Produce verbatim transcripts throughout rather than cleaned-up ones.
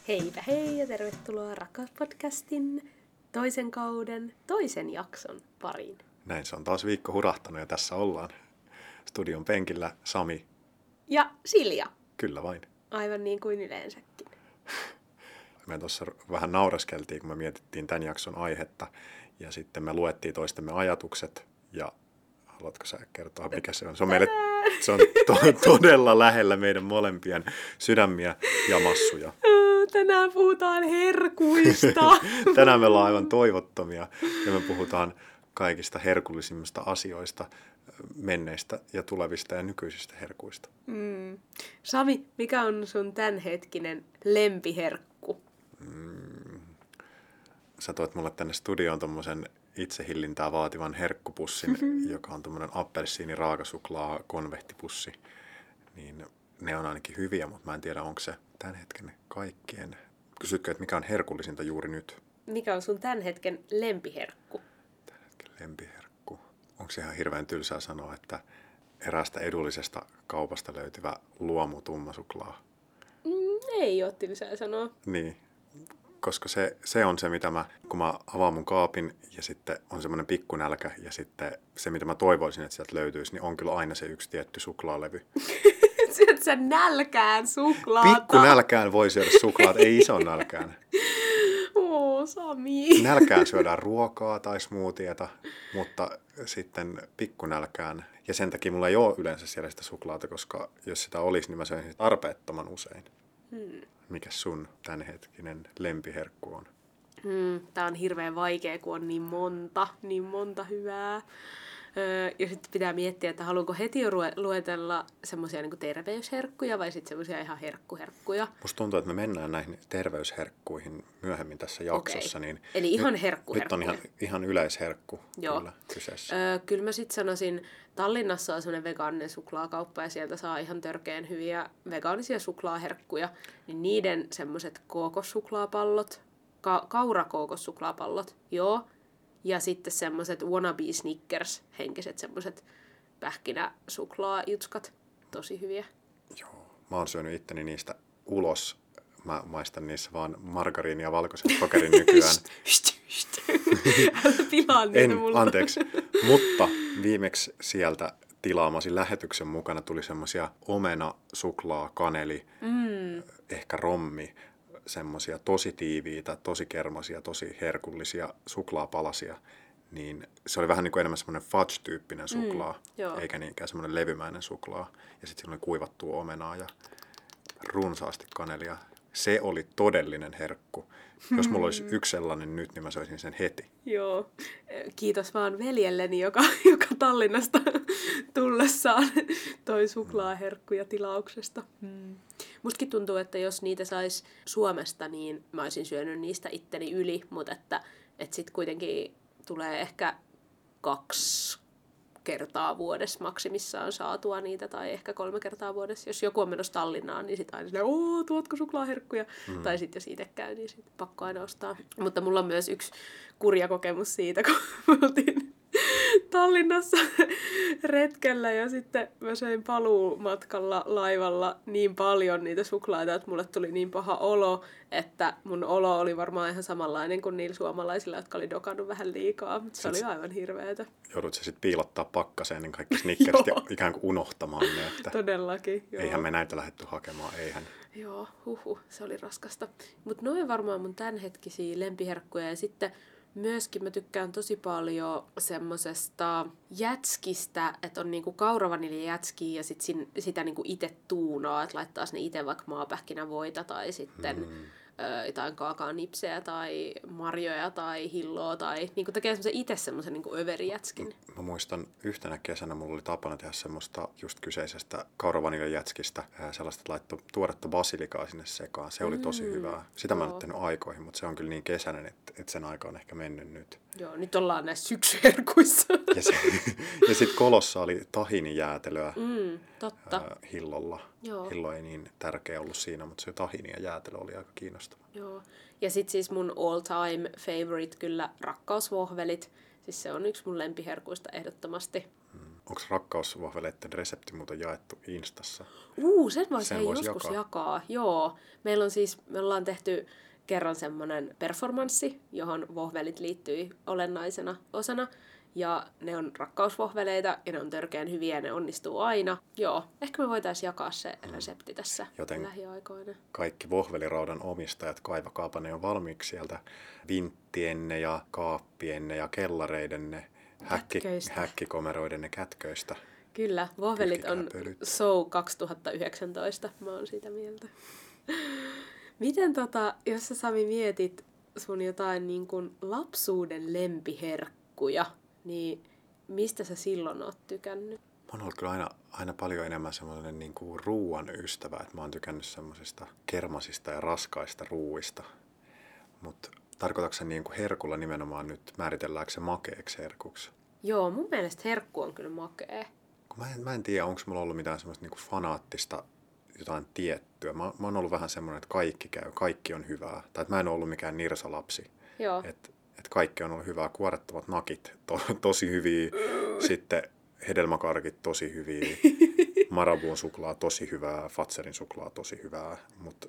Heipä hei ja tervetuloa Rakkaus-podcastin toisen kauden toisen jakson pariin. Näin se on taas viikko hurahtanut ja tässä ollaan. Studion penkillä Sami. Ja Silja. Kyllä vain. Aivan niin kuin yleensäkin. Me tuossa vähän naureskeltiin, kun me mietittiin tämän jakson aihetta. Ja sitten me luettiin toistemme ajatukset. Ja haluatko sä kertoa, mikä se on? Se on, meille, se on to- todella lähellä meidän molempien sydämiä ja massuja. Tänään puhutaan herkuista. Tänään me ollaan aivan toivottomia ja me puhutaan kaikista herkullisimmista asioista, menneistä ja tulevista ja nykyisistä herkuista. Mm. Sami, mikä on sun tämänhetkinen lempiherkku? Mm. Sä toit mulle tänne studioon tommosen itsehillintää vaativan herkkupussin, mm-hmm. joka on tommonen appelsiini raakasuklaa konvehtipussi. Niin ne on ainakin hyviä, mutta mä en tiedä, onko se tämän hetken kaikkien. Kysytkö, että mikä on herkullisinta juuri nyt? Mikä on sun tämän hetken lempiherkku? Tämän hetken lempiherkku. Onko se ihan hirveän tylsää sanoa, että eräästä edullisesta kaupasta löytyvä luomu tummasuklaa? Mm, ei ole tylsää sanoa. Niin, koska se, se on se, mitä mä, kun mä avaan mun kaapin ja sitten on semmoinen pikkunälkä ja sitten se, mitä mä toivoisin, että sieltä löytyisi, niin on kyllä aina se yksi tietty suklaalevy. Syöt sä nälkään suklaata? Pikku nälkään voi syödä suklaat, ei iso nälkään. Oo, Sami. Nälkään syödään ruokaa tai smoothieta, mutta sitten pikku nälkään. Ja sen takia mulla ei ole yleensä siellä sitä suklaata, koska jos sitä olisi, niin mä söisin tarpeettoman usein. Hmm. Mikäs sun tämänhetkinen lempiherkku on? Hmm, tää on hirveän vaikea, kun on niin monta, niin monta hyvää. Öö, ja sitten pitää miettiä, että haluanko heti jo luetella semmoisia niin kuin terveysherkkuja vai sitten semmoisia ihan herkkuherkkuja. Musta tuntuu, että me mennään näihin terveysherkkuihin myöhemmin tässä jaksossa. Okay. Niin eli ihan nyt, herkkuherkkuja. Nyt on ihan, ihan yleisherkku. Joo. Kyllä kyseessä. Öö, kyllä mä sitten sanoisin, Tallinnassa on semmoinen vegaaninen suklaakauppa ja sieltä saa ihan törkeän hyviä vegaanisia suklaaherkkuja. Niin niiden semmoiset kookossuklaapallot, ka- kaurakookossuklaapallot, joo. Ja sitten semmoiset wannabe Snickers henkiset semmoiset pähkinäsuklaajutskat. Tosi hyviä. Joo, mä oon syönyt itteni niistä ulos. Mä maistan niissä vaan margariinia ja valkoisen sokerin nykyään. Älä pilaa niitä en, mulla. Anteeksi, mutta viimeksi sieltä tilaamasi lähetyksen mukana tuli semmosia omena, suklaa, kaneli, mm. ehkä rommi. Semmoisia tosi tiiviitä, tosi kermaisia, tosi herkullisia suklaapalasia, niin se oli vähän niin kuin enemmän semmoinen fudge-tyyppinen suklaa, mm, eikä niinkään semmoinen levymäinen suklaa. Ja sitten siinä oli kuivattua omenaa ja runsaasti kanelia. Se oli todellinen herkku. Jos mulla olisi yksi sellainen nyt, niin mä söisin sen heti. Joo. Kiitos vaan veljelleni, joka, joka Tallinnasta tullessaan toi suklaaherkkuja tilauksesta. Hmm. Mustakin tuntuu, että jos niitä sais Suomesta, niin mä olisin syönyt niistä itteni yli, mutta että, että sit kuitenkin tulee ehkä kaksi kertaa vuodessa maksimissaan saatua niitä, tai ehkä kolme kertaa vuodessa. Jos joku on menossa Tallinnaan, niin sit aina silleen, ooo, tuotko suklaaherkkuja? Mm. Tai sit jos itse käy, niin sit pakko aina ostaa. Mutta mulla on myös yksi kurja kokemus siitä, kun me oltiin Tallinnassa retkellä ja sitten mä söin paluumatkalla laivalla niin paljon niitä suklaita, että mulle tuli niin paha olo, että mun olo oli varmaan ihan samanlainen kuin niillä suomalaisilla, jotka oli dokannut vähän liikaa, mutta se oli aivan hirveetä. Joudut se sitten piilottaa pakkaseen niin kaikki snickersit ja ikään kuin unohtamaan ne. Että todellakin, joo. Eihän me näitä lähdetty hakemaan, eihän. Joo, huhu, se oli raskasta. Mutta noin varmaan mun tämänhetkisiä lempiherkkuja ja sitten myöskin mä tykkään tosi paljon semmosesta jätskistä, että on niinku kauravanilja-jätskiä ja sit sin, sitä niinku itse tuunaa, että laittaa sinne itse vaikka maapähkinävoita tai sitten mm. ö, jotain kaakaonipsejä tai marjoja tai hilloa tai niinku tekee semmoisen itse semmoisen niinku överijätskin. Mä muistan yhtenä kesänä mulla oli tapana tehdä semmoista just kyseisestä kauravanilja-jätskistä, sellaista, että laittoi tuoretta basilikaa sinne sekaan. Se oli tosi mm. hyvää. Sitä mä en ole tehnyt aikoihin, mutta se on kyllä niin kesäinen, että, että sen aika on ehkä mennyt nyt. Joo, nyt ollaan näissä syksyherkuissa. Ja, se, ja sitten Kolossa oli tahinijäätelöä mm, totta. Ää, hillolla. Joo. Hillo ei niin tärkeä ollut siinä, mutta se tahini ja jäätelö oli aika kiinnostava. Joo. Ja sitten siis mun all time favorite kyllä rakkausvohvelit. Siis se on yksi mun lempiherkuista ehdottomasti. Hmm. onko rakkausvohveleiden resepti muuten jaettu Instassa? Uu, sen voisi Sen vois joskus jakaa. jakaa. Joo. Meillä on siis, me ollaan tehty kerran semmoinen performanssi, johon vohvelit liittyi olennaisena osana. Ja ne on rakkausvohveleita ja ne on törkeän hyviä ja ne onnistuu aina. Joo, ehkä me voitaisiin jakaa se resepti tässä Joten lähiaikoina. kaikki vohveliraudan omistajat, kaivakaapa ne on valmiiksi sieltä vinttienne ja kaappienne ja kellareidenne, häkki, häkkikomeroidenne kätköistä. Kyllä, vohvelit on pölyt. show kaksituhattayhdeksäntoista, mä oon siitä mieltä. Miten tota, jos sä Sami mietit sun jotain niin kuin lapsuuden lempiherkkuja, niin mistä sä silloin oot tykännyt? Mä oon ollut kyllä aina, aina paljon enemmän semmoinen niin kuin ruuan ystävä, että mä oon tykännyt semmoisista kermasista ja raskaista ruuista. Mutta tarkoitatko se niin kuin herkulla nimenomaan nyt, määritelläänkö se makeeksi herkuksi? Joo, mun mielestä herkku on kyllä makee. Kun mä, en, mä en tiedä, onko mulla ollut mitään semmoista niin kuin fanaattista jotain tiettyä. Mä, mä oon ollut vähän semmoinen, että kaikki käy, kaikki on hyvää. Tai että mä en ole ollut mikään nirsalapsi. Joo. Että et kaikki on ollut hyvää. Kuorettavat nakit to, tosi hyviä. Sitten hedelmäkarkit tosi hyviä. Marabun suklaa tosi hyvää. Fatserin suklaa tosi hyvää. Mutta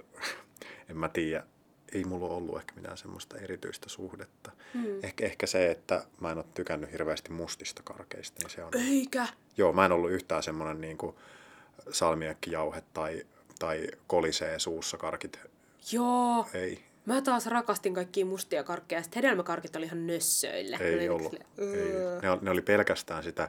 en mä tiedä. Ei mulla ole ollut ehkä mitään semmoista erityistä suhdetta. Hmm. Ehkä, ehkä se, että mä en ole tykännyt hirveästi mustista karkeista. Niin se on... Eikä? Joo, mä en ollut yhtään semmoinen niin kuin salmiakkijauhe tai, tai kolisee suussa karkit. Joo. Ei. Mä taas rakastin kaikkia mustia karkkeja. Sitten hedelmäkarkit oli ihan nössöille. Ei ollut. Sille, ei. Ne, ne oli pelkästään sitä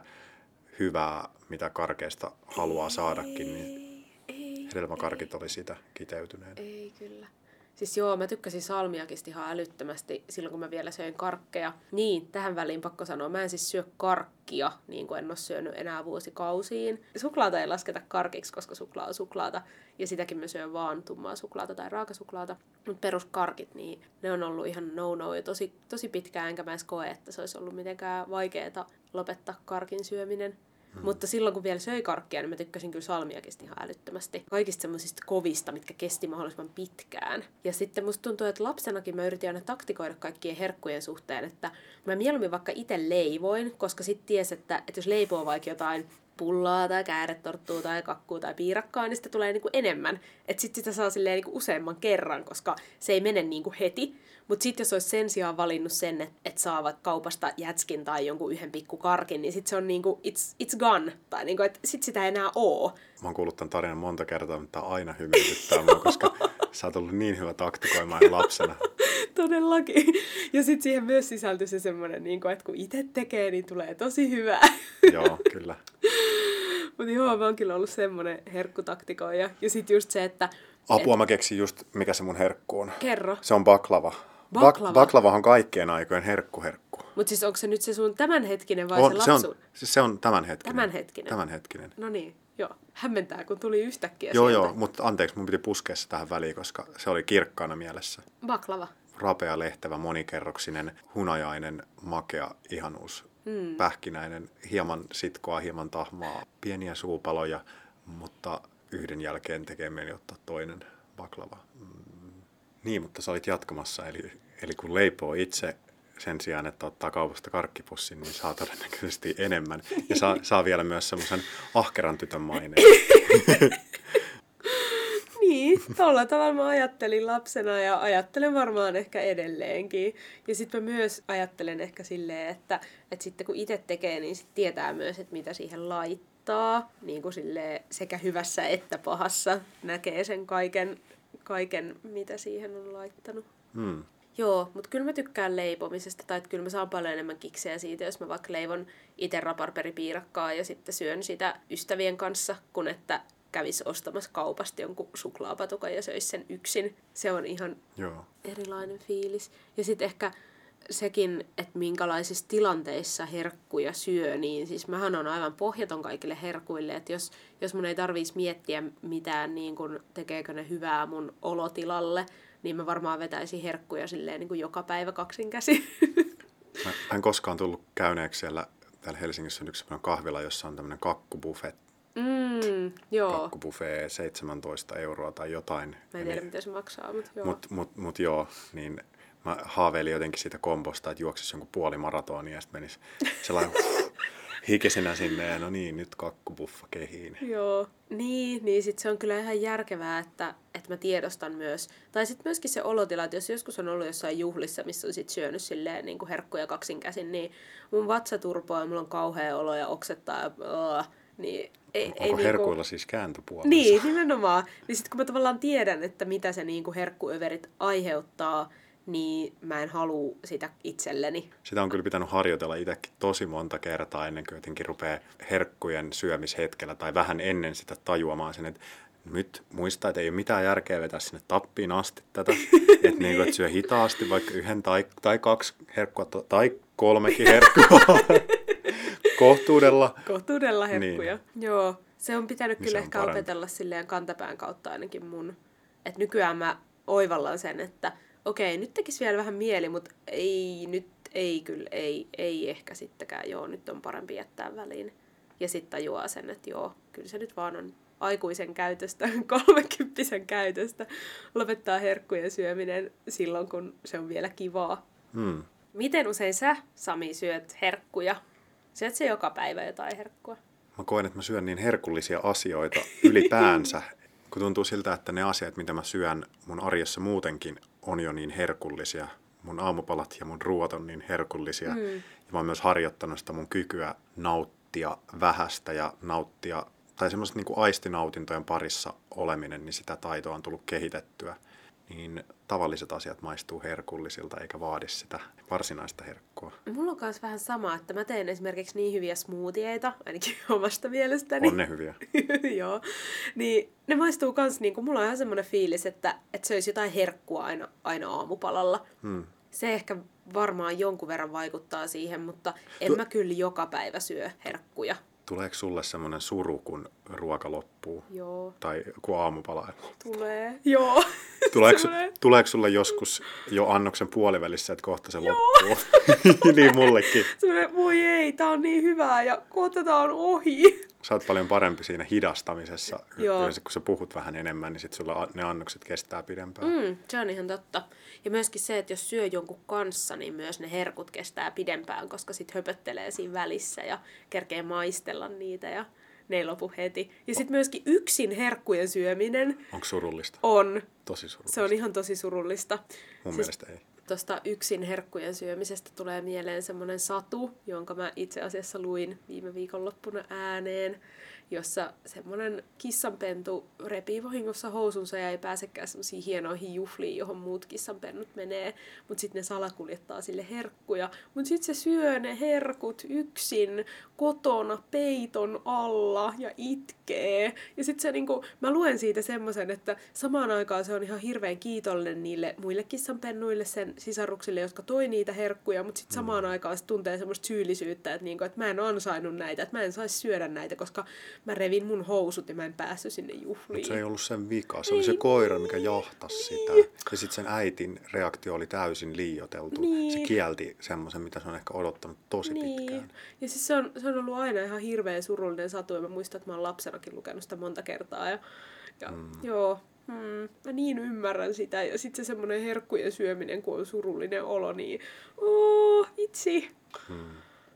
hyvää, mitä karkeista haluaa saadakin. Niin ei, hedelmäkarkit ei. Oli sitä kiteytyneen. Ei kyllä. Siis joo, mä tykkäsin salmiakista ihan älyttömästi silloin, kun mä vielä söin karkkeja. Niin, tähän väliin pakko sanoa, mä en siis syö karkkia, niin kuin en ole syönyt enää vuosikausiin. Suklaata ei lasketa karkiksi, koska suklaa on suklaata. Ja sitäkin mä syön vaan tummaa suklaata tai raakasuklaata. Mutta peruskarkit, niin ne on ollut ihan no-no jo tosi, tosi pitkään, enkä mä edes koe, että se olisi ollut mitenkään vaikeaa lopettaa karkin syöminen. Hmm. Mutta silloin, kun vielä söi karkkia, niin mä tykkäsin kyllä salmiakista ihan älyttömästi. Kaikista semmoisista kovista, mitkä kesti mahdollisimman pitkään. Ja sitten musta tuntuu, että lapsenakin mä yritin aina taktikoida kaikkien herkkujen suhteen, että mä mieluummin vaikka itse leivoin, koska sit ties, että, että jos leipoo vaikka jotain pullaa tai kääretorttua tai kakkua tai piirakkaa, niin sitä tulee niinku enemmän. Että sit sitä saa silleen niinku useamman kerran, koska se ei mene niinku heti. Mutta sitten jos olisi sen sijaan valinnut sen, että et saa vaikka kaupasta jätskin tai jonkun yhden pikku karkin, niin sitten se on niinku it's, it's gone. Tai niinku, että sit sitä ei enää oo. Mä oon kuullut tämän tarinan monta kertaa, mutta tää aina hymyilyttää mua, koska sä oot ollut niin hyvä taktikoimaan lapsena. Todellakin. Ja sitten siihen myös sisältyi se semmoinen, niinku, että kun itse tekee, niin tulee tosi hyvää. Joo, kyllä. Mutta joo, mä oon kyllä ollut semmoinen herkkutaktikoija. Ja sitten just se, että... Apua, et... mä keksin just, mikä se mun herkku on. Kerro. Se on baklava. Baklava? Bak- baklava on kaikkien aikojen herkkuherkku. Mutta siis onko se nyt se sun tämänhetkinen vai on, se se lapsu? on, siis se on tämänhetkinen. Tämänhetkinen. Tämänhetkinen. No niin, joo. Hämmentää, kun tuli yhtäkkiä Joo, sieltä. joo, mutta anteeksi, mun piti puskea se tähän väliin, koska se oli kirkkaana mielessä. Baklava. Rapea, lehtevä, monikerroksinen, hunajainen, makea ihanuus. Hmm. Pähkinäinen, hieman sitkoa, hieman tahmaa, pieniä suupaloja, mutta yhden jälkeen tekee mieli ottaa toinen baklava. Mm. Niin, mutta sä olit jatkamassa, eli, eli kun leipoo itse sen sijaan, että ottaa kaupasta karkkipussin, niin saa todennäköisesti enemmän. Ja saa, saa vielä myös semmoisen ahkeran tytön maineen. Niin, tolla tavalla mä ajattelin lapsena ja ajattelen varmaan ehkä edelleenkin. Ja sitten mä myös ajattelen ehkä silleen, että, että sitten kun itse tekee, niin sit tietää myös, että mitä siihen laittaa. Niin kuin silleen sekä hyvässä että pahassa näkee sen kaiken, kaiken mitä siihen on laittanut. Hmm. Joo, mutta kyllä mä tykkään leipomisesta, tai että kyllä mä saan paljon enemmän kiksejä siitä, jos mä vaikka leivon itse raparperipiirakkaa ja sitten syön sitä ystävien kanssa, kun että kävisi ostamassa kaupasta jonkun suklaapatukan ja söisi sen yksin. Se on ihan Joo. erilainen fiilis. Ja sitten ehkä sekin, että minkälaisissa tilanteissa herkkuja syö, niin siis mähän on aivan pohjaton kaikille herkuille, että jos, jos mun ei tarvitsisi miettiä mitään, niin kun tekeekö ne hyvää mun olotilalle, niin mä varmaan vetäisin herkkuja silleen niin kuin joka päivä kaksin käsin. Mä en koskaan tullut käyneeksi siellä, täällä Helsingissä on yksi kahvila, jossa on tämmöinen kakkubuffet. Mm, joo. Kakkubuffet seitsemäntoista euroa tai jotain. Mä en tiedä, niin, mitä se maksaa, mutta joo. Mut, mut, mut joo, niin mä haaveilin jotenkin siitä kombosta, että juoksisi jonkun puoli maratonia ja sitten menisi sellainen hikisenä sinne ja no niin, nyt kakkupuffa kehiin. Joo, niin, niin sit se on kyllä ihan järkevää, että, että mä tiedostan myös. Tai sitten myöskin se olotila, että jos joskus on ollut jossain juhlissa, missä on sit syönyt silleen niin kuin herkkuja kaksin käsin, niin mun vatsa turpoaa ja mulla on kauhea olo ja oksettaa ja uh, niin ei, Onko ei herkuilla niinku... siis kääntöpuolensa? Niin, nimenomaan. Niin sit kun mä tavallaan tiedän, että mitä se niinku herkkuöverit aiheuttaa, niin mä en halua sitä itselleni. Sitä on kyllä pitänyt harjoitella itsekin tosi monta kertaa ennen kuin jotenkin rupeaa herkkujen syömishetkellä tai vähän ennen sitä tajuamaan sen, että nyt muistaa, että ei ole mitään järkeä vetää sinne tappiin asti tätä, että niin. Niin, et syö hitaasti vaikka yhden tai, tai kaksi herkkua tai kolmekin herkkua kohtuudella. Kohtuudella herkkuja. Niin. Joo, se on pitänyt niin kyllä on ehkä parempi. opetella silleen kantapään kautta ainakin mun. Että nykyään mä oivallan sen, että okei, nyt tekisi vielä vähän mieli, mutta ei, nyt ei kyllä, ei, ei ehkä sittenkään. Joo, nyt on parempi jättää väliin. Ja sitten tajuaa sen, että joo, kyllä se nyt vaan on aikuisen käytöstä, kolmekymppisen käytöstä lopettaa herkkujen syöminen silloin, kun se on vielä kivaa. Hmm. Miten usein sä, Sami, syöt herkkuja? Syöt sä joka päivä jotain herkkua? Mä koen, että mä syön niin herkullisia asioita ylipäänsä, kun tuntuu siltä, että ne asiat, mitä mä syön mun arjessa muutenkin, on jo niin herkullisia. Mun aamupalat ja mun ruoat on niin herkullisia. Mm. Ja mä oon myös harjoittanut sitä mun kykyä nauttia vähästä ja nauttia, tai semmoiset niin kuin aistinautintojen parissa oleminen, niin sitä taitoa on tullut kehitettyä. Niin tavalliset asiat maistuu herkullisilta eikä vaadi sitä varsinaista herkkua. Mulla on myös vähän sama, että mä teen esimerkiksi niin hyviä smoothieita, ainakin omasta mielestäni. On ne hyviä. Joo. Niin ne maistuu kans, niin kuin mulla on ihan semmoinen fiilis, että, että söisi jotain herkkua aina, aina aamupalalla. Hmm. Se ehkä varmaan jonkun verran vaikuttaa siihen, mutta en tu- mä kyllä joka päivä syö herkkuja. Tuleeko sulle semmoinen suru, kun ruoka loppuu? Joo. Tai kun aamupala? Tulee, joo. Tuleeko, tuleeko sulle joskus jo annoksen puolivälissä, että kohta se joo. loppuu? Niin mullekin. Semmoinen, voi ei, tää on niin hyvää ja kohta tää on ohi. Sä oot paljon parempi siinä hidastamisessa. Yleensä kun sä puhut vähän enemmän, niin sit sulla ne annokset kestää pidempään. Mm, se on ihan totta. Ja myöskin se, että jos syö jonkun kanssa, niin myös ne herkut kestää pidempään, koska sit höpöttelee siinä välissä ja kerkee maistella niitä ja ne ei lopu heti. Ja sit myöskin yksin herkkujen syöminen. Onko surullista? On. Tosi surullista. Se on ihan tosi surullista. Mun siis mielestä ei. Tuosta yksin herkkujen syömisestä tulee mieleen semmoinen satu, jonka mä itse asiassa luin viime viikonloppuna ääneen, jossa semmoinen kissanpentu repii vahingossa housunsa ja ei pääsekään semmoisiin hienoihin juhliin, johon muut kissanpennut menee, mutta sitten ne salakuljettaa sille herkkuja. Mutta sitten se syö ne herkut yksin kotona peiton alla ja itkee. Ja sitten se niinku, mä luen siitä semmoisen, että samaan aikaan se on ihan hirveän kiitollinen niille muille kissanpennuille, sen sisaruksille, jotka toi niitä herkkuja, mutta sitten samaan aikaan se tuntee semmoista syyllisyyttä, että, niinku, että mä en ansainnut näitä, että mä en saisi syödä näitä, koska mä revin mun housut ja mä en päässyt sinne juhliin. Mutta se ei ollut sen vika, se oli se koira, mikä jahtasi sitä. Ja sitten sen äitin reaktio oli täysin liioiteltu. Niin. Se kielti semmoisen, mitä se on ehkä odottanut tosi niin. pitkään. Ja siis se on, se on ollut aina ihan hirveän surullinen satu, ja mä muistan, että mä oon lapsenakin lukenut sitä monta kertaa. Ja, ja mm. joo, mm, mä niin ymmärrän sitä. Ja sitten se semmoinen herkkujen syöminen, kun on surullinen olo, niin oh, itsi. Mm.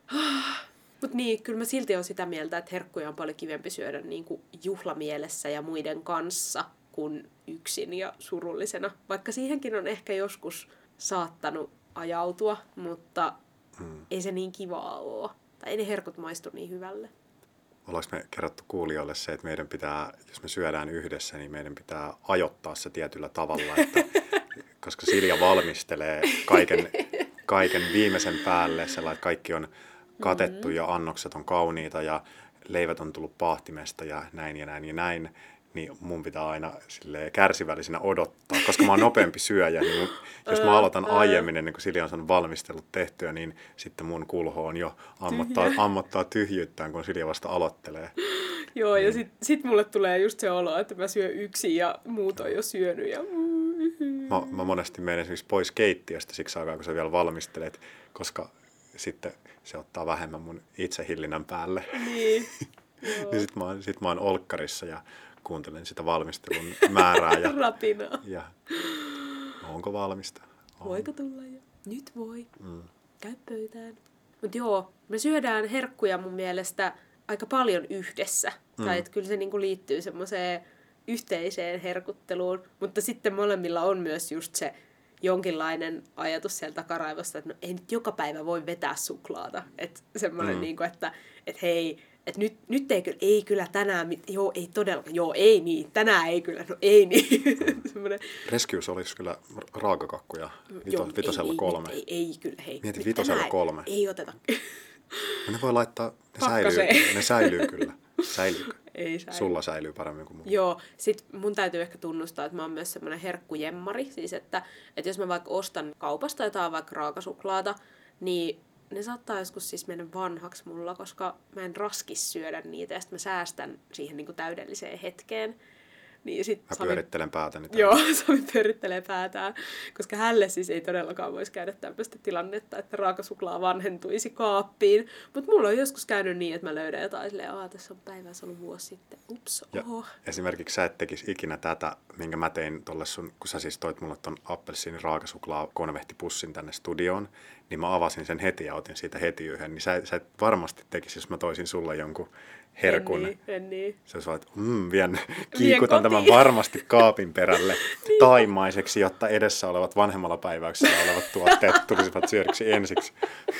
Mutta niin, kyllä mä silti olen sitä mieltä, että herkkuja on paljon kivempi syödä niin kuin juhlamielessä ja muiden kanssa kuin yksin ja surullisena. Vaikka siihenkin on ehkä joskus saattanut ajautua, mutta hmm. ei se niin kivaa ole. Tai ei ne herkut maistu niin hyvälle. Ollaanko me kerrottu kuulijoille se, että meidän pitää, jos me syödään yhdessä, niin meidän pitää ajoittaa se tietyllä tavalla, että, koska Silja valmistelee kaiken, kaiken viimeisen päälle, sellainen, että kaikki on katettu ja annokset on kauniita ja leivät on tullut paahtimesta ja näin ja näin ja näin, niin mun pitää aina silleen kärsivällisenä odottaa, koska mä oon nopeampi syöjä, niin mun, jos mä aloitan aiemmin ennen kuin Silja on saanut valmistelut tehtyä, niin sitten mun kulho on jo ammottaa, ammottaa tyhjyyttään, kun Silja vasta aloittelee. Joo, niin. Ja sit, sit mulle tulee just se olo, että mä syön yksin ja muut on jo syönyt. Ja... Mä, mä monesti menen esimerkiksi pois keittiöstä siksi aikaa, kun sä vielä valmistelet, koska sitten se ottaa vähemmän mun itsehillinnän päälle. Niin. Ja sit mä, oon, sit mä oon olkkarissa ja kuuntelen sitä valmistelun määrää. Ja, rapinaa. Ja onko valmista? On. Voiko tulla jo? Nyt voi. Mm. Käy pöytään. Mutta joo, me syödään herkkuja mun mielestä aika paljon yhdessä. Mm. Tai että kyllä se niinku liittyy semmoiseen yhteiseen herkutteluun. Mutta sitten molemmilla on myös just se jonkinlainen ajatus sieltä takaraivosta, että no ei nyt joka päivä voi vetää suklaata. Että semmoinen mm. niinku, että et hei, että nyt, nyt ei, ei kyllä tänään, joo ei todellakaan, joo ei niin, tänään ei kyllä, no ei niin. Semmoinen. Rescues olisi kyllä raakakakkuja vito, joo, vitosella ei, kolme. Ei, ei, ei kyllä, hei. Mieti vitosella kolme. Ei oteta. Ja ne voi laittaa, ne säilyy, ne säilyy kyllä. Säilyy. Ei säily. Sulla säilyy paremmin kuin mulla. Joo, sit mun täytyy ehkä tunnustaa, että mä oon myös semmoinen herkkujemmari. Siis että, että jos mä vaikka ostan kaupasta jotain vaikka raakasuklaata, niin ne saattaa joskus siis mennä vanhaksi mulla, koska mä en raskis syödä niitä ja sit mä säästän siihen niinku täydelliseen hetkeen. Niin sit mä Sami... pyörittelen päätäni. Joo, Sami pyörittelee päätään, koska hälle siis ei todellakaan voisi käydä tämmöistä tilannetta, että raakasuklaa vanhentuisi kaappiin. Mutta mulla on joskus käynyt niin, että mä löydän jotain silleen, aah, tässä on päivässä ollut vuosi sitten, ups, oho. Esimerkiksi sä et tekisi ikinä tätä, minkä mä tein tolle sun, kun sä siis toit mulle ton appelsiinin raakasuklaa konvehtipussin tänne studioon, niin mä avasin sen heti ja otin siitä heti yhden, niin sä, sä et varmasti tekisi, jos mä toisin sulle jonkun herkun. En niin, en niin. Se olisi vaan, että mm, vien, kiikutan tämän varmasti kaapin perälle niin. Taimaiseksi, jotta edessä olevat vanhemmalla päiväyksellä olevat tuotteet tulisivat syödyksi ensiksi.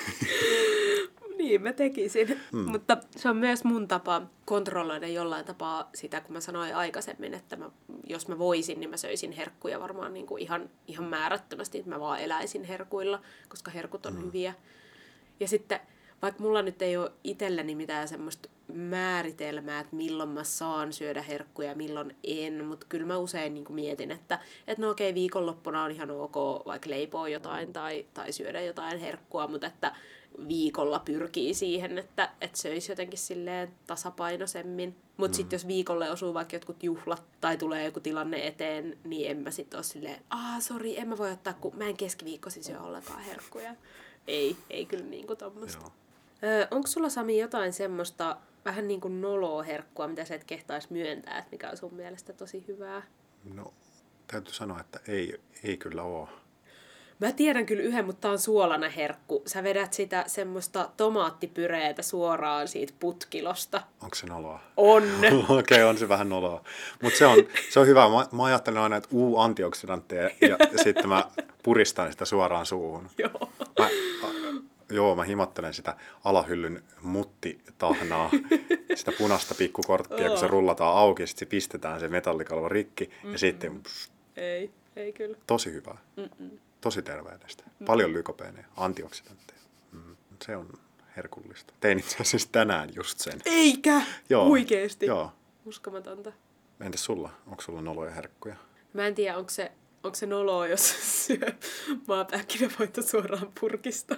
Niin, mä tekisin. Mm. Mutta se on myös mun tapa kontrolloida jollain tapaa sitä, kun mä sanoin aikaisemmin, että mä, jos mä voisin, niin mä söisin herkkuja varmaan niin kuin ihan, ihan määrättömästi, että mä vaan eläisin herkuilla, koska herkut on mm. hyviä. Ja sitten, vaikka mulla nyt ei ole itselleni mitään semmoista määritelmää, että milloin mä saan syödä herkkuja ja milloin en, mutta kyllä mä usein niin kuin mietin, että, että no okei, viikonloppuna on ihan ok vaikka leipoa jotain tai, tai syödä jotain herkkua, mutta että viikolla pyrkii siihen, että, että söisi jotenkin silleen tasapainoisemmin. Mutta mm. sitten jos viikolle osuu vaikka jotkut juhlat tai tulee joku tilanne eteen, niin en mä sitten ole silleen, aah sori, en mä voi ottaa, kun mä en keskiviikkoisin syö ollenkaan herkkuja. Ei, ei kyllä niinku tommoista. Öö, onko sulla Sami jotain semmoista vähän niin kuin noloa herkkua, mitä sä et kehtaisi myöntää, että mikä on sun mielestä tosi hyvää? No, täytyy sanoa, että ei, ei kyllä ole. Mä tiedän kyllä yhden, mutta tää on suolana herkku. Sä vedät sitä semmoista tomaattipyreetä suoraan siitä putkilosta. Onko se noloa? On. Okei, okay, on se vähän noloa. Mutta se on, se on hyvä. Mä, mä ajattelen aina, että uu, antioksidantteja ja, ja sitten mä puristan sitä suoraan suuhun. Joo. Mä, a, joo, mä himattelen sitä alahyllyn muttitahnaa, sitä punaista pikkukorkkia, kun se rullataan auki, sitten se pistetään se metallikalvo rikki Mm-mm. ja sitten... Pst, ei, ei kyllä. Tosi hyvää. Mm-mm. Tosi terveellistä. Paljon lykopeeneja, antioksidantteja. Mm. Se on herkullista. Tein itse asiassa tänään just sen. Eikä? Joo. Oikeesti? Joo. Uskomatonta. Entäs sulla? Onko sulla noloja herkkuja? Mä en tiedä, onko se, onko se noloa, jos syö maapähkinävoita suoraan purkista.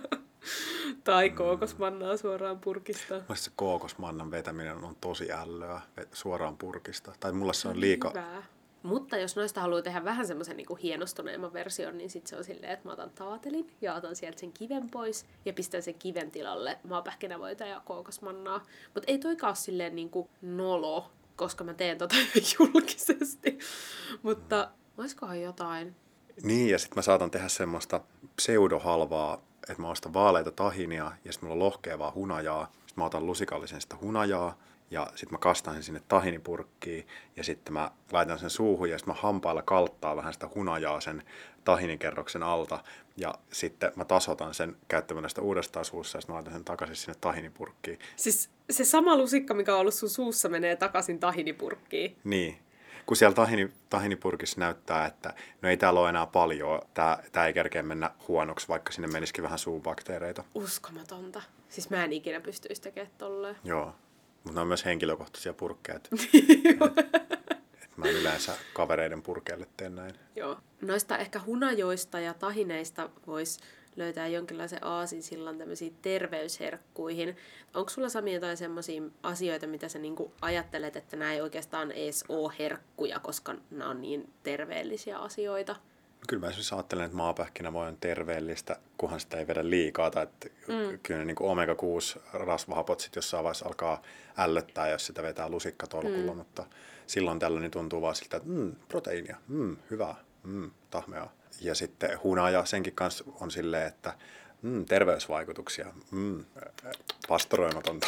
Tai kookosmannaa suoraan purkista. Mielestäni se kookosmannan vetäminen on tosi ällöä suoraan purkista. Tai mulle se on liikaa. Hyvä. Mutta jos noista haluaa tehdä vähän semmoisen niin kuin hienostuneemman version, niin sitten se on silleen, että mä otan taatelin ja otan sieltä sen kiven pois ja pistän sen kiven tilalle maapähkinävoita ja kookosmannaa. Mutta ei toikaan ole silleen niin kuin nolo, koska mä teen tota julkisesti. Mutta olisikohan jotain? Niin, ja sitten mä saatan tehdä semmoista pseudohalvaa, että mä ostan vaaleita tahinia ja sitten mulla on lohkeavaa hunajaa. Sitten mä otan lusikallisen sitä hunajaa. Ja sitten mä kastan sen sinne tahinipurkkiin ja sitten mä laitan sen suuhun ja sitten mä hampailla kalttaa vähän sitä hunajaa sen tahinikerroksen alta. Ja sitten mä tasotan sen käyttämällä sitä uudestaan suussa ja sitten mä laitan sen takaisin sinne tahinipurkkiin. Siis se sama lusikka, mikä on ollut sun suussa, menee takaisin tahinipurkkiin. Niin. Kun siellä tahini, tahinipurkissa näyttää, että no ei täällä ole enää paljon, tää, tää ei kerkeä mennä huonoksi, vaikka sinne menisikin vähän suubakteereita. Uskomatonta. Siis mä en ikinä pystyisi tekemään tolleen. Joo. Mutta ne on myös henkilökohtaisia purkkeja. Et, et mä en yleensä kavereiden purkeille tee näin. Joo. Noista ehkä hunajoista ja tahineista voisi löytää jonkinlaisen aasinsillan tämmöisiin terveysherkkuihin. Onko sulla Sami jotain semmoisia asioita, mitä sä niinku ajattelet, että nämä ei oikeastaan edes ole herkkuja, koska nämä on niin terveellisiä asioita? Kyllä mä esimerkiksi ajattelen, että maapähkinävoita on terveellistä, kunhan sitä ei vedä liikaa. Tai että mm. Kyllä ne niin omega kuusi rasvahapot sit jossain vaiheessa alkaa ällöttää, jos sitä vetää lusikkatolkulla. Mm. Mutta silloin tällöin tuntuu vaan siltä, että mm, proteiinia, mm, hyvää, mm, tahmeaa. Ja sitten hunaja, senkin kanssa on silleen, että mm, terveysvaikutuksia, mm, pastoroimatonta.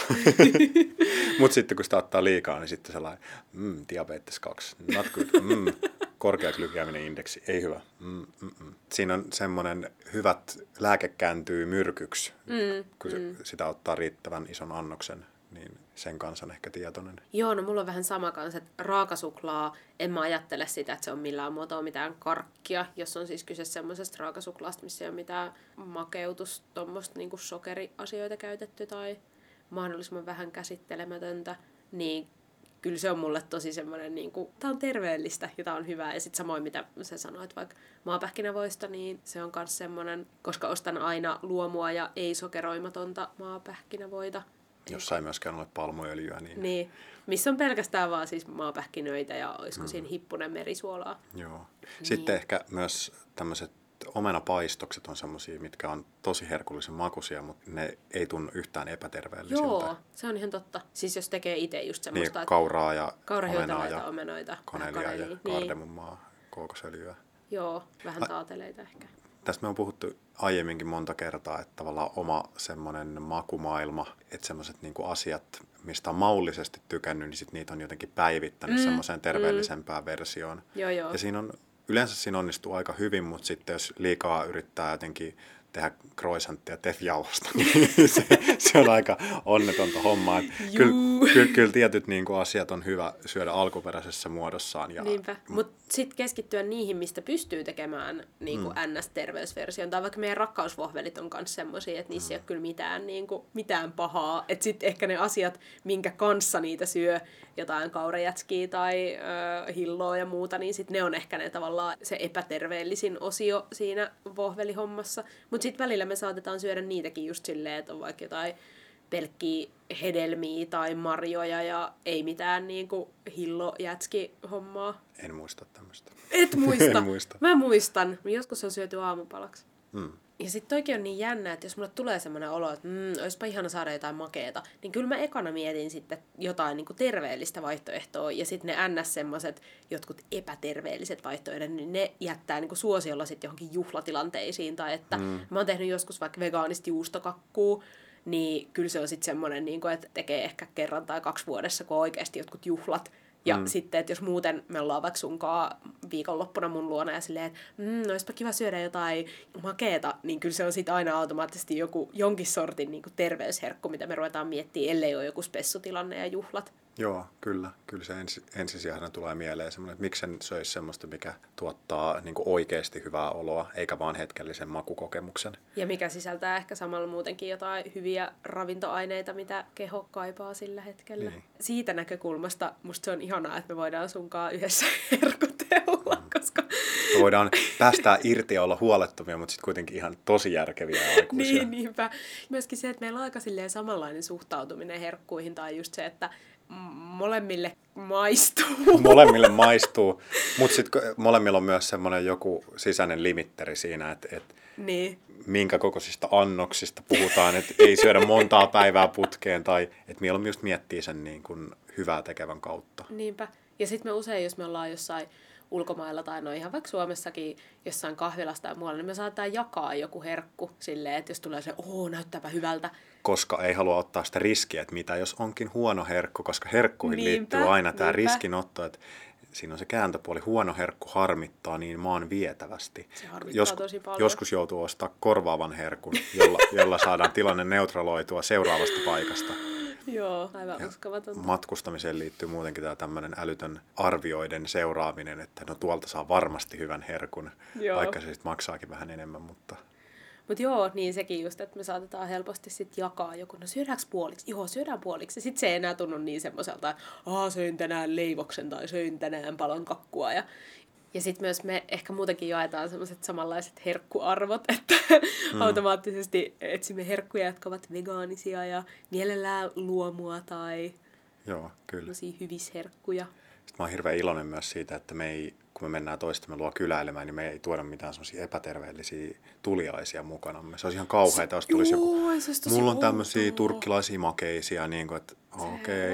Mutta sitten kun sitä ottaa liikaa, niin sitten sellainen, mm, diabetes kaksi, not good, mm, korkea glykeeminen indeksi, ei hyvä. Mm, mm, mm. Siinä on semmoinen hyvät lääke kääntyy myrkyksi, mm, kun mm. sitä ottaa riittävän ison annoksen. Niin sen kanssa on ehkä tietoinen. Joo, no mulla on vähän sama kanssa, että raakasuklaa, en mä ajattele sitä, että se on millään muotoa mitään karkkia, jos on siis kyse semmoisesta raakasuklaasta, missä ei ole mitään makeutus, tuommoista niinku sokeriasioita käytetty tai mahdollisimman vähän käsittelemätöntä, niin kyllä se on mulle tosi semmoinen, niinku, tää on terveellistä ja tää on hyvää. Ja sitten samoin, mitä sä sanoit vaikka maapähkinävoista, niin se on myös semmoinen, koska ostan aina luomua ja ei-sokeroimatonta maapähkinävoita. Jossa ei myöskään ole palmuöljyä. Niin... niin, missä on pelkästään vaan siis maapähkinöitä ja olisiko mm. siinä hippunen merisuolaa. Joo. Sitten niin. Ehkä myös tämmöiset omenapaistokset on semmoisia, mitkä on tosi herkullisen makuisia, mutta ne ei tunnu yhtään epäterveellisiltä. Joo, se on ihan totta. Siis jos tekee itse just semmoista, niin, kauraa ja omenaa ja omenoita, kanelia kanelia, ja niin. kardemummaa, kookosöljyä. Joo, vähän taateleita ehkä. Tästä me on puhuttu aiemminkin monta kertaa, että tavallaan oma semmoinen makumaailma, että semmoiset niinku asiat, mistä on maullisesti tykännyt, niin sit niitä on jotenkin päivittänyt mm, semmoiseen terveellisempään mm. versioon. Joo, joo. Ja siinä on, yleensä siinä onnistuu aika hyvin, mutta sitten jos liikaa yrittää jotenkin tehdä croissanttia teff-jauhosta, niin se, se on aika onnetonta hommaa. Kyllä, kyllä, kyllä tietyt niin kuin, asiat on hyvä syödä alkuperäisessä muodossaan. Ja... Niinpä, mutta sitten keskittyä niihin, mistä pystyy tekemään niin kuin mm. N S-terveysversion. Tai vaikka meidän rakkausvohvelit on myös semmoisia, että niissä mm. ei ole kyllä mitään, niin kuin, mitään pahaa. Että sitten ehkä ne asiat, minkä kanssa niitä syö, jotain kaurajätskiä tai ö, hilloa ja muuta, niin sitten ne on ehkä ne tavallaan se epäterveellisin osio siinä vohvelihommassa. Mutta sitten välillä me saatetaan syödä niitäkin just silleen, että on vaikka jotain pelkkiä hedelmiä tai marjoja ja ei mitään niinku hillo-jätski-hommaa. En muista tämmöistä. Et muista? En muista. Mä muistan. Joskus on syöty aamupalaksi. Mm. Ja sit toikin on niin jännä, että jos mulle tulee semmoinen olo, että mm, olisipa ihana saada jotain makeeta, niin kyllä mä ekana mietin sitten jotain niinku terveellistä vaihtoehtoa, ja sitten ne ns. Semmoiset jotkut epäterveelliset vaihtoehdot, niin ne jättää niinku suosiolla sitten johonkin juhlatilanteisiin, tai että mm. mä oon tehnyt joskus vaikka vegaanista juustokakkuu, niin kyllä se on sitten semmoinen, niinku, että tekee ehkä kerran tai kaksi vuodessa, kun on oikeasti jotkut juhlat. Ja mm. sitten, että jos muuten me ollaan vaikka sunkaan viikonloppuna mun luona ja silleen, että mm, olisipa kiva syödä jotain makeeta, niin kyllä se on sitten aina automaattisesti joku, jonkin sortin niin kuin terveysherkku, mitä me ruvetaan miettimään, ellei ole joku spessutilanne ja juhlat. Joo, kyllä. Kyllä se ensi, ensisijaisena tulee mieleen semmoinen, että miksi sen söisi semmoista, mikä tuottaa niin kuin oikeasti hyvää oloa, eikä vaan hetkellisen makukokemuksen. Ja mikä sisältää ehkä samalla muutenkin jotain hyviä ravintoaineita, mitä keho kaipaa sillä hetkellä. Niin. Siitä näkökulmasta musta se on ihanaa, että me voidaan sunkaan yhdessä herkutella, mm. koska... Me voidaan päästää irti ja olla huolettomia, mutta sitten kuitenkin ihan tosi järkeviä aikuisia. Niin, niinpä. Myöskin se, että meillä on aika silleen samanlainen suhtautuminen herkkuihin, tai just se, että molemmille maistuu. Molemmille maistuu, mutta sitten molemmilla on myös semmoinen joku sisäinen limitteri siinä, että, että niin. minkä kokoisista annoksista puhutaan, että ei syödä montaa päivää putkeen, tai että mieluummin just miettii sen niin kuin hyvää tekevän kautta. Niinpä. Ja sitten me usein, jos me ollaan jossain ulkomailla tai no ihan vaikka Suomessakin jossain kahvilassa tai muualla, niin me saadaan jakaa joku herkku silleen, että jos tulee se, oo, näyttääpä hyvältä. Koska ei halua ottaa sitä riskiä, että mitä jos onkin huono herkku, koska herkkuihin niinpä, liittyy aina tämä riskinotto, että siinä on se kääntöpuoli, huono herkku harmittaa niin maan vietävästi. Se harmittaa Jos, tosi paljon. Joskus joutuu ostaa korvaavan herkun, jolla, jolla saadaan tilanne neutraloitua seuraavasta paikasta. Joo, aivan uskomatonta. Matkustamiseen liittyy muutenkin tämä tämmöinen älytön arvioiden seuraaminen, että no tuolta saa varmasti hyvän herkun, joo. Vaikka se sitten maksaakin vähän enemmän, mutta... Mutta joo, niin sekin just, että me saatetaan helposti sitten jakaa joku, no syödäänkö puoliksi? Joo, syödään puoliksi. Ja sitten se ei enää tunnu niin semmoiselta, että aah, söin tänään leivoksen tai söin tänään palon kakkua. Ja, ja sitten myös me ehkä muutenkin jaetaan semmoiset samanlaiset herkkuarvot, että mm. automaattisesti etsimme herkkuja, jotka ovat vegaanisia ja mielellään luomua tai joo, kyllä. hyvisherkkuja. Sitten mä oon hirveän iloinen myös siitä, että me ei, kun me mennään toistamme luo kyläilemään, niin me ei tuoda mitään semmoisia epäterveellisiä tuliaisia mukanamme. Se olisi ihan kauheata, jos tulisi joku, mulla on tämmöisiä turkkilaisia makeisia, niin kuin, että okei, okay,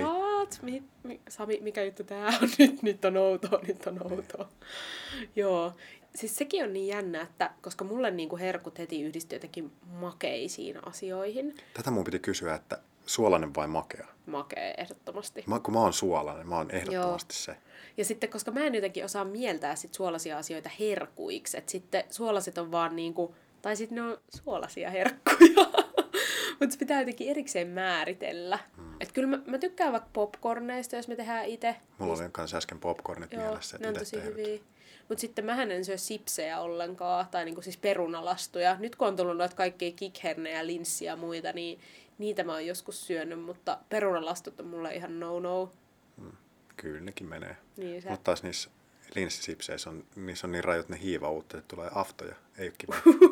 what? Mi, mi, Sami, mikä juttu tää on nyt? Nyt on outoa, nyt on outoa. Joo. Siis sekin on niin jännä, että koska mulle niinku herkut heti yhdistyy jotenkin makeisiin asioihin. Tätä mun piti kysyä, että suolainen vai makea? Makea, ehdottomasti. Mä, kun mä oon suolainen, mä oon ehdottomasti Joo. se. Ja sitten, koska mä en jotenkin osaa mieltää sit suolaisia asioita herkuiksi, että sitten suolaset on vaan niinku, tai sitten ne on suolaisia herkkuja. Mutta se pitää jotenkin erikseen määritellä. Hmm. Että kyllä mä, mä tykkään vaikka popcorneista, jos me tehdään itse. Mulla oli kanssa äsken popcornit Joo, mielessä, että itse tosi tehnyt. hyviä. Mutta sitten mähän en syö sipsejä ollenkaan, tai niinku siis perunalastuja. Nyt kun on tullut noita kaikkia kikhernejä, linssiä ja muita, niin niitä mä oon joskus syönyt, mutta perunalastut on mulle ihan no-no. Hmm. Kyllä nekin menee. Niin sä... Mutta taas niissä linssisipseissä on, niissä on niin rajut ne hiivauutta, että tulee aftoja. Ei ole kiva.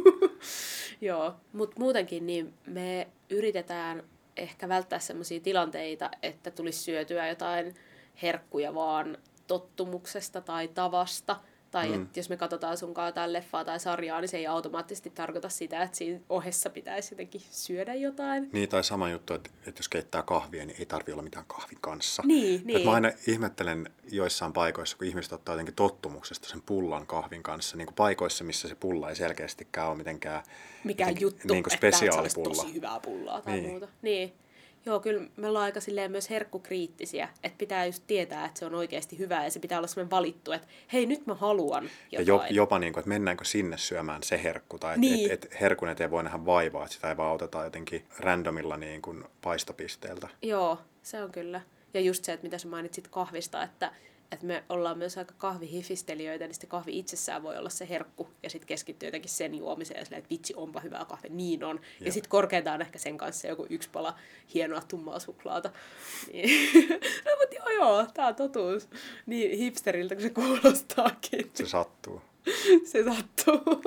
Joo, mutta muutenkin niin me yritetään ehkä välttää sellaisia tilanteita, että tulisi syötyä jotain herkkuja vaan tottumuksesta tai tavasta. Tai mm. että jos me katsotaan sunkaan jotain leffaa tai sarjaa, niin se ei automaattisesti tarkoita sitä, että siinä ohessa pitäisi jotenkin syödä jotain. Niin, tai sama juttu, että, että jos keittää kahvia, niin ei tarvitse olla mitään kahvin kanssa. Niin, niin. Että mä aina ihmettelen joissain paikoissa, kun ihmiset ottaa jotenkin tottumuksesta sen pullan kahvin kanssa. Niin kuin paikoissa, missä se pulla ei selkeästikään ole mitenkään mikään juttu, niin kuin spesiaalipulla. Että tämä tosi hyvää pullaa tai niin. muuta. Niin. Joo, kyllä me ollaan aika silleen myös herkkukriittisiä, että pitää just tietää, että se on oikeasti hyvää ja se pitää olla semmoinen valittu, että hei, nyt mä haluan jotain. Ja jopa niin kuin, että mennäänkö sinne syömään se herkku, tai niin. että et, et herkun eteen voi nähdä vaivaa, että sitä ei vaan oteta jotenkin randomilla niin kuin paistopisteeltä. Joo, se on kyllä. Ja just se, että mitä sä mainitsit kahvista, että, että me ollaan myös aika kahvihifistelijöitä, niin sitten kahvi itsessään voi olla se herkku, ja sitten keskittyy jotenkin sen juomiseen, ja silleen, että vitsi, onpa hyvää kahvi, niin on. Ja, ja sitten korkeintaan ehkä sen kanssa joku yksi pala hienoa tummaa suklaata. Niin. No, mutta joo, joo, tää on totuus. Niin hipsteriltä, kun se kuulostaakin. Se sattuu. Se sattuu.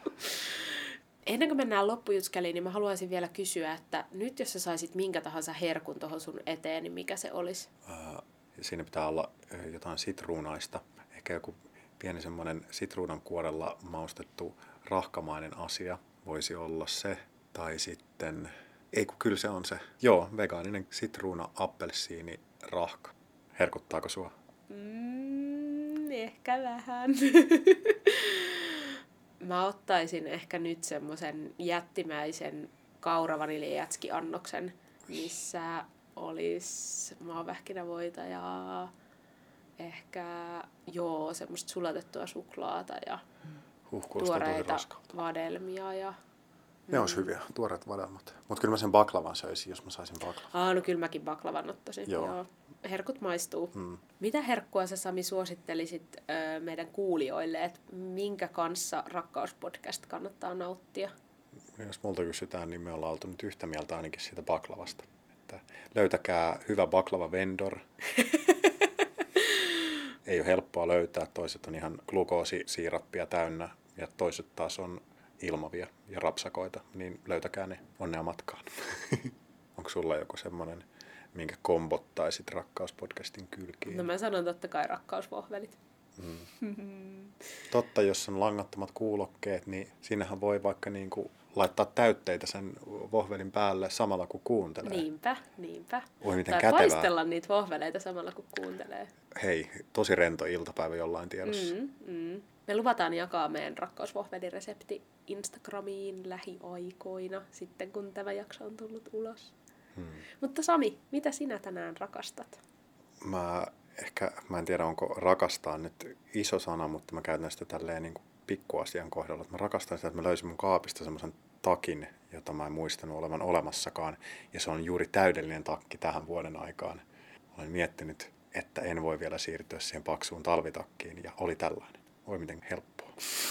Ennen kuin mennään loppujutskeliin, niin mä haluaisin vielä kysyä, että nyt jos sä saisit minkä tahansa herkun tuohon sun eteen, niin mikä se olisi? Uh, siinä pitää olla jotain sitruunaista. Ehkä joku pieni semmoinen sitruunan kuorella maustettu rahkamainen asia voisi olla se. Tai sitten, ei kun kyllä se on se. Joo, vegaaninen sitruuna, appelsiini, rahka. Herkuttaako sua? Mm, ehkä vähän. Mä ottaisin ehkä nyt semmoisen jättimäisen kauravaniljajätski-annoksen, missä olisi maavähkinävoita ja ehkä joo, semmoista sulatettua suklaata ja huh, tuoreita vadelmia. Ja, ne mm. olisi hyviä, tuoreet vadelmat. Mutta kyllä mä sen baklavan söisin, jos mä saisin baklavan. Aa, no kyllä mäkin baklavan ottaisin. Joo. Joo. Herkut maistuu. Mm. Mitä herkkua sä, Sami, suosittelisit ö, meidän kuulijoille, että minkä kanssa Rakkauspodcast kannattaa nauttia? Jos multa kysytään, niin me ollaan oltu nyt yhtä mieltä ainakin siitä baklavasta. Että löytäkää hyvä baklava vendor. Ei ole helppoa löytää. Toiset on ihan glukoosisiirappia täynnä ja toiset taas on ilmavia ja rapsakoita. Niin löytäkää ne. Onnea matkaan. Onko sulla joku semmoinen, minkä kombottaisit Rakkauspodcastin kylkiin? No mä sanon totta kai rakkausvohvelit. Mm. Totta, jos on langattomat kuulokkeet, niin siinähän voi vaikka niinku laittaa täytteitä sen vohvelin päälle samalla kun kuuntelee. Niinpä, niinpä. Oi, miten tai kätevää. paistella niitä vohveleita samalla kun kuuntelee. Hei, tosi rento iltapäivä jollain tiedossa. Mm, mm. Me luvataan jakaa meidän rakkausvohveliresepti Instagramiin lähiaikoina, sitten kun tämä jakso on tullut ulos. Hmm. Mutta Sami, mitä sinä tänään rakastat? Mä ehkä, mä en tiedä onko rakastaa nyt iso sana, mutta mä käytän sitä tälleen niin kuin pikkuasian kohdalla. Mä rakastan sitä, että mä löysin mun kaapista semmoisen takin, jota mä en muistanut olevan olemassakaan. Ja se on juuri täydellinen takki tähän vuoden aikaan. Olen miettinyt, että en voi vielä siirtyä siihen paksuun talvitakkiin ja oli tällainen. Oi miten helppoa.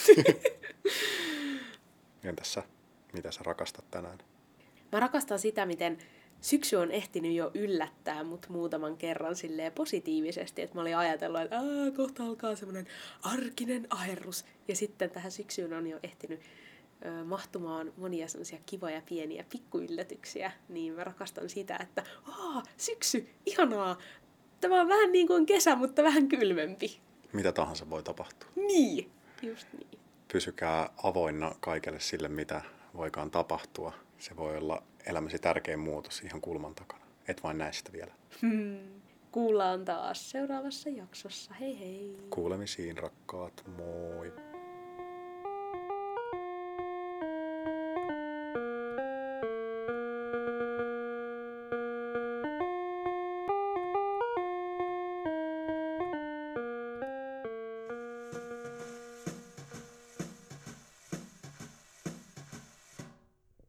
Entäs sä? Mitä sä rakastat tänään? Mä rakastan sitä, miten syksy on ehtinyt jo yllättää mut muutaman kerran silleen positiivisesti, että mä olin ajatellut, että Aa, kohta alkaa semmoinen arkinen aherrus. Ja sitten tähän syksyyn on jo ehtinyt ö, mahtumaan monia semmoisia kivoja pieniä pikkuyllätyksiä. Niin mä rakastan sitä, että Aa, syksy, ihanaa. Tämä on vähän niin kuin kesä, mutta vähän kylmempi. Mitä tahansa voi tapahtua. Niin, just niin. Pysykää avoinna kaikelle sille, mitä voikaan tapahtua. Se voi olla elämäsi tärkein muutos ihan kulman takana. Et vain näe sitä vielä. Hmm. kuullaan taas seuraavassa jaksossa. Hei hei! Kuulemisiin, rakkaat. Moi!